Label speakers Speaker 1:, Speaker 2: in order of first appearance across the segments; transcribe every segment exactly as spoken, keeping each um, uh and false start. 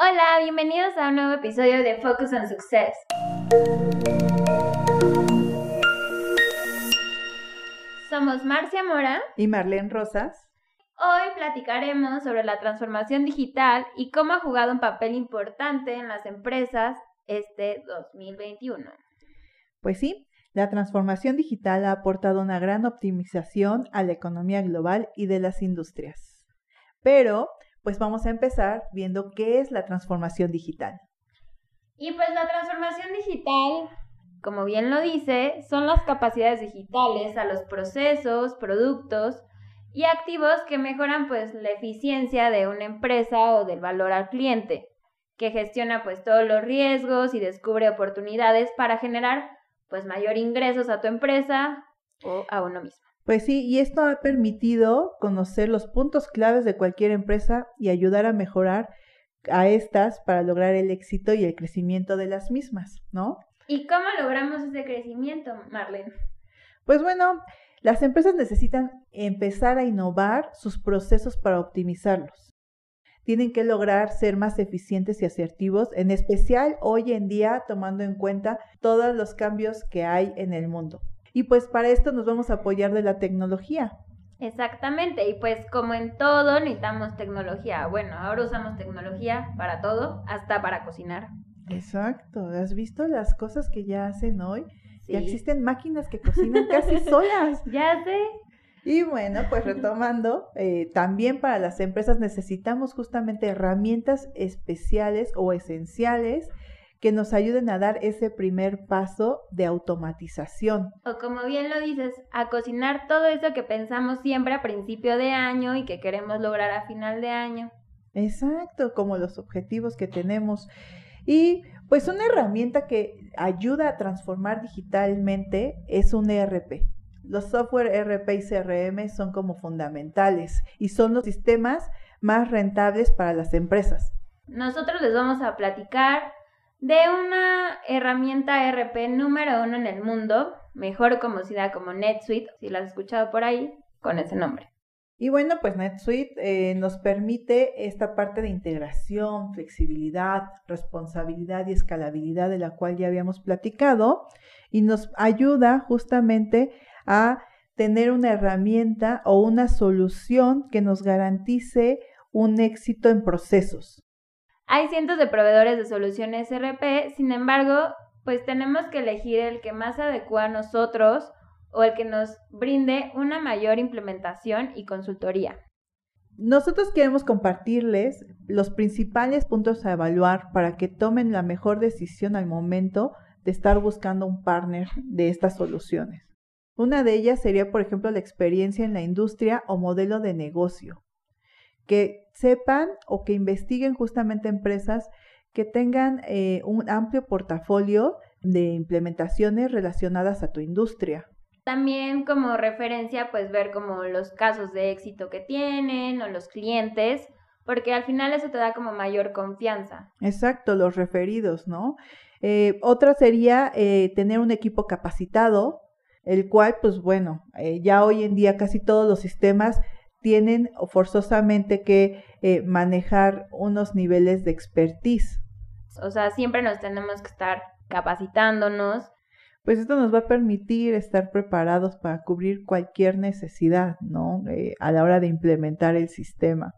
Speaker 1: Hola, bienvenidos a un nuevo episodio de Focus on Success. Somos Marcia Mora
Speaker 2: y Marlene Rosas.
Speaker 1: Hoy platicaremos sobre la transformación digital y cómo ha jugado un papel importante en las empresas este dos mil veintiuno.
Speaker 2: Pues sí, la transformación digital ha aportado una gran optimización a la economía global y de las industrias. Pero, pues vamos a empezar viendo qué es la transformación digital.
Speaker 1: Y pues la transformación digital, como bien lo dice, son las capacidades digitales a los procesos, productos y activos que mejoran pues la eficiencia de una empresa o del valor al cliente, que gestiona pues todos los riesgos y descubre oportunidades para generar pues mayor ingresos a tu empresa o a uno mismo.
Speaker 2: Pues sí, y esto ha permitido conocer los puntos claves de cualquier empresa y ayudar a mejorar a estas para lograr el éxito y el crecimiento de las mismas, ¿no?
Speaker 1: ¿Y cómo logramos ese crecimiento, Marlene?
Speaker 2: Pues bueno, las empresas necesitan empezar a innovar sus procesos para optimizarlos. Tienen que lograr ser más eficientes y asertivos, en especial hoy en día tomando en cuenta todos los cambios que hay en el mundo. Y pues para esto nos vamos a apoyar de la tecnología.
Speaker 1: Exactamente, y pues como en todo necesitamos tecnología. Bueno, ahora usamos tecnología para todo, hasta para cocinar.
Speaker 2: Exacto, ¿has visto las cosas que ya hacen hoy?
Speaker 1: Sí.
Speaker 2: Ya existen máquinas que cocinan casi solas.
Speaker 1: Ya sé.
Speaker 2: Y bueno, pues retomando, eh, también para las empresas necesitamos justamente herramientas especiales o esenciales que nos ayuden a dar ese primer paso de automatización.
Speaker 1: O como bien lo dices, a cocinar todo eso que pensamos siempre a principio de año y que queremos lograr a final de año.
Speaker 2: Exacto, como los objetivos que tenemos. Y pues una herramienta que ayuda a transformar digitalmente es un E R P. Los software E R P y C R M son como fundamentales y son los sistemas más rentables para las empresas.
Speaker 1: Nosotros les vamos a platicar de una herramienta E R P número uno en el mundo, mejor conocida como NetSuite, si la has escuchado por ahí, con ese nombre.
Speaker 2: Y bueno, pues NetSuite eh, nos permite esta parte de integración, flexibilidad, responsabilidad y escalabilidad de la cual ya habíamos platicado y nos ayuda justamente a tener una herramienta o una solución que nos garantice un éxito en procesos.
Speaker 1: Hay cientos de proveedores de soluciones E R P, sin embargo, pues tenemos que elegir el que más se adecua a nosotros o el que nos brinde una mayor implementación y consultoría.
Speaker 2: Nosotros queremos compartirles los principales puntos a evaluar para que tomen la mejor decisión al momento de estar buscando un partner de estas soluciones. Una de ellas sería, por ejemplo, la experiencia en la industria o modelo de negocio. Que sepan o que investiguen justamente empresas que tengan eh, un amplio portafolio de implementaciones relacionadas a tu industria.
Speaker 1: También como referencia, pues ver como los casos de éxito que tienen o los clientes, porque al final eso te da como mayor confianza.
Speaker 2: Exacto, los referidos, ¿no? Eh, otra sería eh, tener un equipo capacitado, el cual, pues bueno, eh, ya hoy en día casi todos los sistemas tienen forzosamente que eh, manejar unos niveles de expertise.
Speaker 1: O sea, siempre nos tenemos que estar capacitándonos.
Speaker 2: Pues esto nos va a permitir estar preparados para cubrir cualquier necesidad, ¿no? Eh, a la hora de implementar el sistema.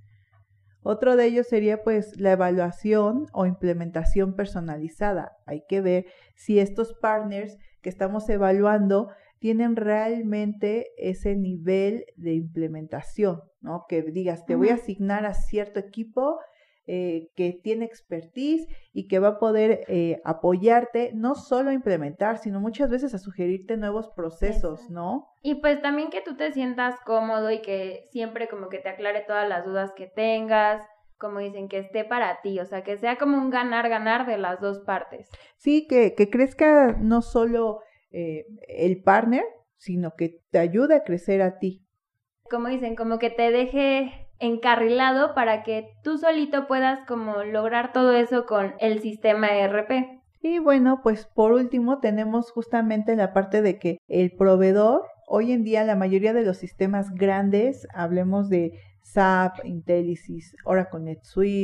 Speaker 2: Otro de ellos sería pues la evaluación o implementación personalizada. Hay que ver si estos partners que estamos evaluando tienen realmente ese nivel de implementación, ¿no? Que digas, te voy a asignar a cierto equipo eh, que tiene expertise y que va a poder eh, apoyarte no solo a implementar, sino muchas veces a sugerirte nuevos procesos,
Speaker 1: Exacto.
Speaker 2: ¿no?
Speaker 1: Y pues también que tú te sientas cómodo y que siempre como que te aclare todas las dudas que tengas, como dicen, que esté para ti, o sea, que sea como un ganar-ganar de las dos partes.
Speaker 2: Sí, que, que crezca no solo eh, el partner, sino que te ayude a crecer a ti.
Speaker 1: Como dicen, como que te deje encarrilado para que tú solito puedas como lograr todo eso con el sistema E R P.
Speaker 2: Y bueno, pues por último tenemos justamente la parte de que el proveedor, hoy en día la mayoría de los sistemas grandes, hablemos de S A P, Intelisys, Oracle NetSuite,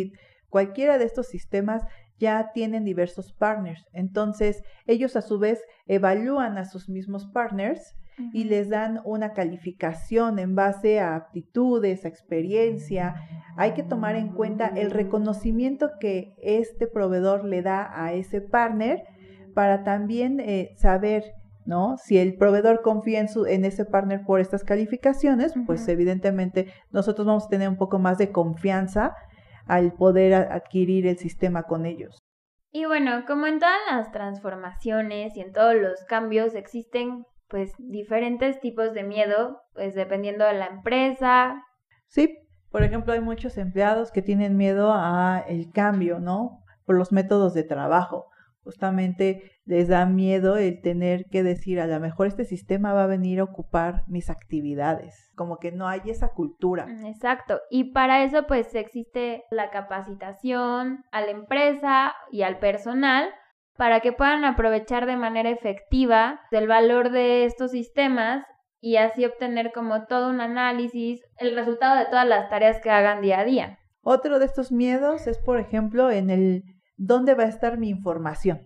Speaker 2: cualquiera de estos sistemas ya tienen diversos partners. Entonces, ellos a su vez evalúan a sus mismos partners uh-huh. y les dan una calificación en base a aptitudes, a experiencia. Hay que tomar en cuenta el reconocimiento que este proveedor le da a ese partner para también eh, saber, ¿no? Si el proveedor confía en, su, en ese partner por estas calificaciones, uh-huh. pues evidentemente nosotros vamos a tener un poco más de confianza al poder adquirir el sistema con ellos.
Speaker 1: Y bueno, como en todas las transformaciones y en todos los cambios existen pues diferentes tipos de miedo, pues dependiendo de la empresa.
Speaker 2: Sí, por ejemplo, hay muchos empleados que tienen miedo a el cambio, ¿no? Por los métodos de trabajo. Justamente les da miedo el tener que decir, a lo mejor este sistema va a venir a ocupar mis actividades, como que no hay esa cultura.
Speaker 1: Exacto, y para eso pues existe la capacitación a la empresa y al personal para que puedan aprovechar de manera efectiva el valor de estos sistemas y así obtener como todo un análisis, el resultado de todas las tareas que hagan día a día.
Speaker 2: Otro de estos miedos es, por ejemplo, en el ¿dónde va a estar mi información?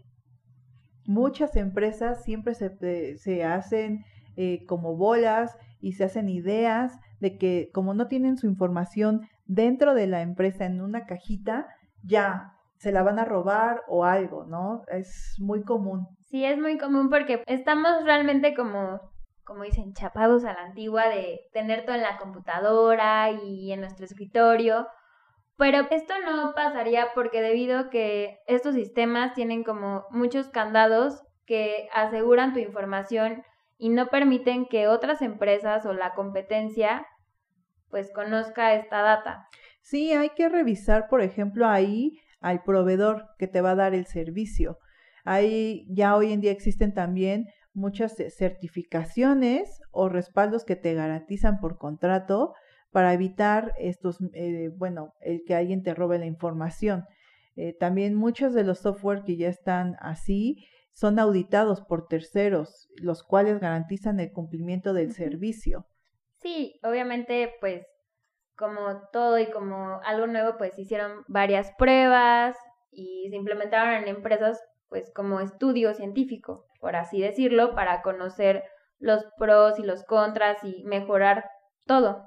Speaker 2: Muchas empresas siempre se, se hacen eh, como bolas y se hacen ideas de que como no tienen su información dentro de la empresa en una cajita, ya se la van a robar o algo, ¿no? Es muy común.
Speaker 1: Sí, es muy común porque estamos realmente como, como dicen, chapados a la antigua de tener todo en la computadora y en nuestro escritorio. Pero esto no pasaría porque debido a que estos sistemas tienen como muchos candados que aseguran tu información y no permiten que otras empresas o la competencia pues conozca esta data.
Speaker 2: Sí, hay que revisar, por ejemplo, ahí al proveedor que te va a dar el servicio. Ahí ya hoy en día existen también muchas certificaciones o respaldos que te garantizan por contrato para evitar estos, eh, bueno, el que alguien te robe la información. Eh, también muchos de los software que ya están así son auditados por terceros, los cuales garantizan el cumplimiento del uh-huh. servicio.
Speaker 1: Sí, obviamente, pues, como todo y como algo nuevo, pues hicieron varias pruebas y se implementaron en empresas, pues, como estudio científico, por así decirlo, para conocer los pros y los contras y mejorar todo.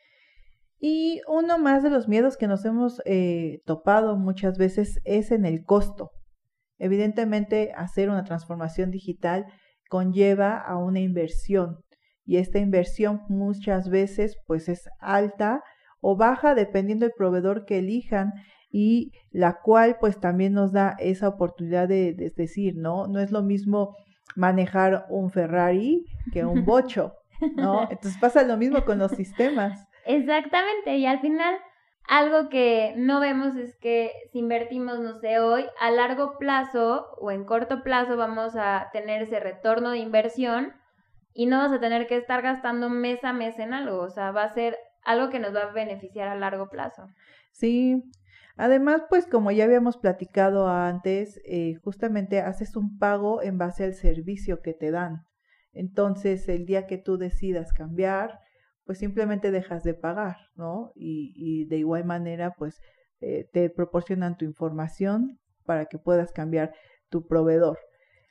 Speaker 2: Y uno más de los miedos que nos hemos eh, topado muchas veces es en el costo. Evidentemente, hacer una transformación digital conlleva a una inversión y esta inversión muchas veces pues es alta o baja dependiendo del proveedor que elijan y la cual pues también nos da esa oportunidad de, de decir, ¿no? No es lo mismo manejar un Ferrari que un bocho, ¿no? Entonces pasa lo mismo con los sistemas.
Speaker 1: Exactamente, y al final algo que no vemos es que si invertimos, no sé, hoy, a largo plazo o en corto plazo vamos a tener ese retorno de inversión y no vamos a tener que estar gastando mes a mes en algo, o sea, va a ser algo que nos va a beneficiar a largo plazo.
Speaker 2: Sí, además, pues como ya habíamos platicado antes, eh, justamente haces un pago en base al servicio que te dan. Entonces, el día que tú decidas cambiar, pues simplemente dejas de pagar, ¿no? Y, y de igual manera, pues eh, te proporcionan tu información para que puedas cambiar tu proveedor.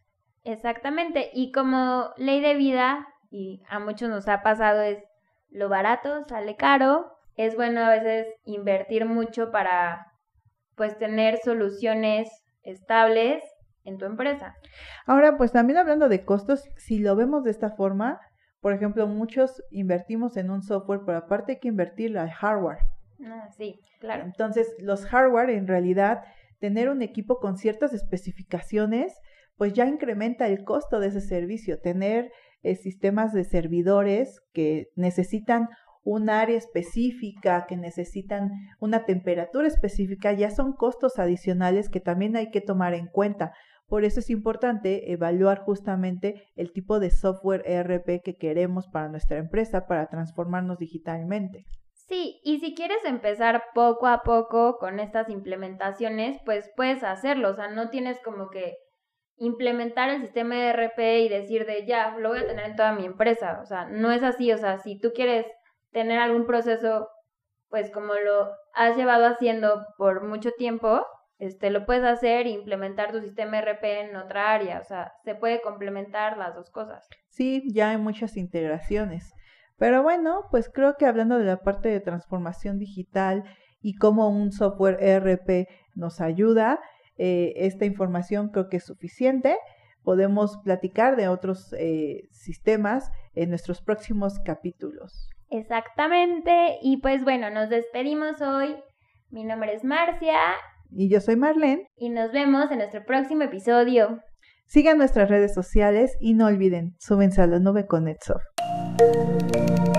Speaker 1: Exactamente, y como ley de vida, y a muchos nos ha pasado, es lo barato sale caro, es bueno a veces invertir mucho para pues tener soluciones estables en tu empresa.
Speaker 2: Ahora, pues también hablando de costos, si lo vemos de esta forma, por ejemplo, muchos invertimos en un software, pero aparte hay que invertir al hardware.
Speaker 1: Ah, sí, claro.
Speaker 2: Entonces, los hardware, en realidad, tener un equipo con ciertas especificaciones, pues ya incrementa el costo de ese servicio. Tener eh, sistemas de servidores que necesitan un área específica, que necesitan una temperatura específica, ya son costos adicionales que también hay que tomar en cuenta. Por eso es importante evaluar justamente el tipo de software E R P que queremos para nuestra empresa para transformarnos digitalmente.
Speaker 1: Sí, y si quieres empezar poco a poco con estas implementaciones, pues puedes hacerlo. O sea, no tienes como que implementar el sistema de E R P y decir de ya, lo voy a tener en toda mi empresa. O sea, no es así. O sea, si tú quieres tener algún proceso pues como lo has llevado haciendo por mucho tiempo, este, lo puedes hacer e implementar tu sistema E R P en otra área. O sea, se puede complementar las dos cosas.
Speaker 2: Sí, ya hay muchas integraciones. Pero bueno, pues creo que hablando de la parte de transformación digital y cómo un software E R P nos ayuda, eh, esta información creo que es suficiente. Podemos platicar de otros eh, sistemas en nuestros próximos capítulos.
Speaker 1: Exactamente. Y pues bueno, nos despedimos hoy. Mi nombre es Marcia.
Speaker 2: Y yo soy Marlene.
Speaker 1: Y nos vemos en nuestro próximo episodio.
Speaker 2: Sigan nuestras redes sociales y no olviden, súbense a la nube con NetSoft.